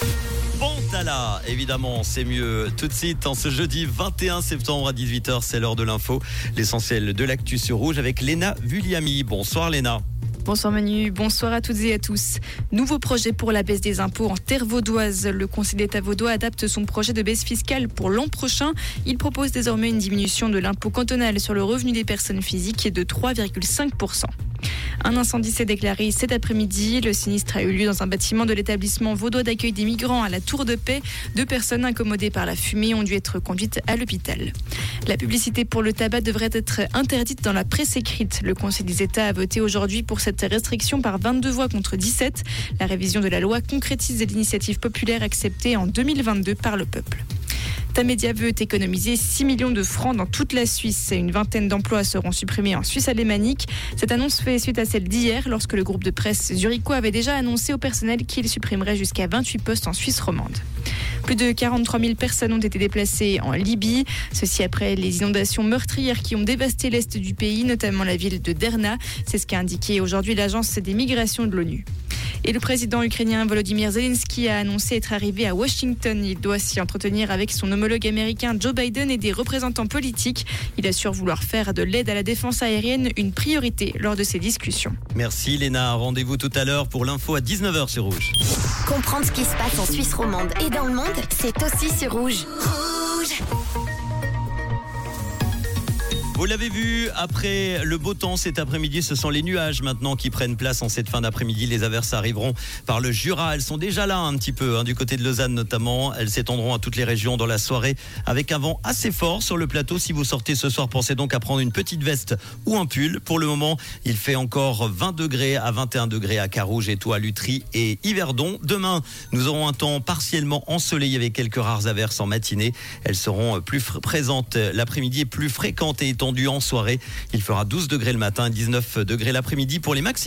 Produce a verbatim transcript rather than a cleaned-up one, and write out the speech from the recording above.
Bantala, évidemment, c'est mieux. Tout de suite, en ce jeudi vingt et un septembre à dix-huit heures, c'est l'heure de l'info. L'essentiel de l'actu sur Rouge avec Léna Vulliamy. Bonsoir Léna. Bonsoir Manu, bonsoir à toutes et à tous. Nouveau projet pour la baisse des impôts en terre vaudoise. Le Conseil d'État vaudois adapte son projet de baisse fiscale pour l'an prochain. Il propose désormais une diminution de l'impôt cantonal sur le revenu des personnes physiques de trois virgule cinq pour cent. Un incendie s'est déclaré cet après-midi. Le sinistre a eu lieu dans un bâtiment de l'établissement vaudois d'accueil des migrants à la Tour de Paix. Deux personnes incommodées par la fumée ont dû être conduites à l'hôpital. La publicité pour le tabac devrait être interdite dans la presse écrite. Le Conseil des États a voté aujourd'hui pour cette restriction par vingt-deux voix contre dix-sept. La révision de la loi concrétise l'initiative populaire acceptée en deux mille vingt-deux par le peuple. Tamedia veut économiser six millions de francs dans toute la Suisse. Une vingtaine d'emplois seront supprimés en Suisse alémanique. Cette annonce fait suite à celle d'hier, lorsque le groupe de presse Zuricho avait déjà annoncé au personnel qu'il supprimerait jusqu'à vingt-huit postes en Suisse romande. Plus de quarante-trois mille personnes ont été déplacées en Libye. Ceci après les inondations meurtrières qui ont dévasté l'est du pays, notamment la ville de Derna. C'est ce qu'a indiqué aujourd'hui l'agence des migrations de l'ONU. Et le président ukrainien Volodymyr Zelensky a annoncé être arrivé à Washington. Il doit s'y entretenir avec son homologue américain Joe Biden et des représentants politiques. Il assure vouloir faire de l'aide à la défense aérienne une priorité lors de ces discussions. Merci Léna, rendez-vous tout à l'heure pour l'info à dix-neuf heures sur Rouge. Comprendre ce qui se passe en Suisse romande et dans le monde, c'est aussi sur Rouge. Rouge. Vous l'avez vu, après le beau temps cet après-midi, ce sont les nuages maintenant qui prennent place en cette fin d'après-midi. Les averses arriveront par le Jura. Elles sont déjà là un petit peu, hein, du côté de Lausanne notamment. Elles s'étendront à toutes les régions dans la soirée avec un vent assez fort sur le plateau. Si vous sortez ce soir, pensez donc à prendre une petite veste ou un pull. Pour le moment, il fait encore vingt degrés à vingt et un degrés à Carouge, Étoile, Lutry et Yverdon. Demain, nous aurons un temps partiellement ensoleillé avec quelques rares averses en matinée. Elles seront plus fr- présentes l'après-midi et plus fréquentes et étendues en soirée. Il fera douze degrés le matin et dix-neuf degrés l'après-midi pour les maximums.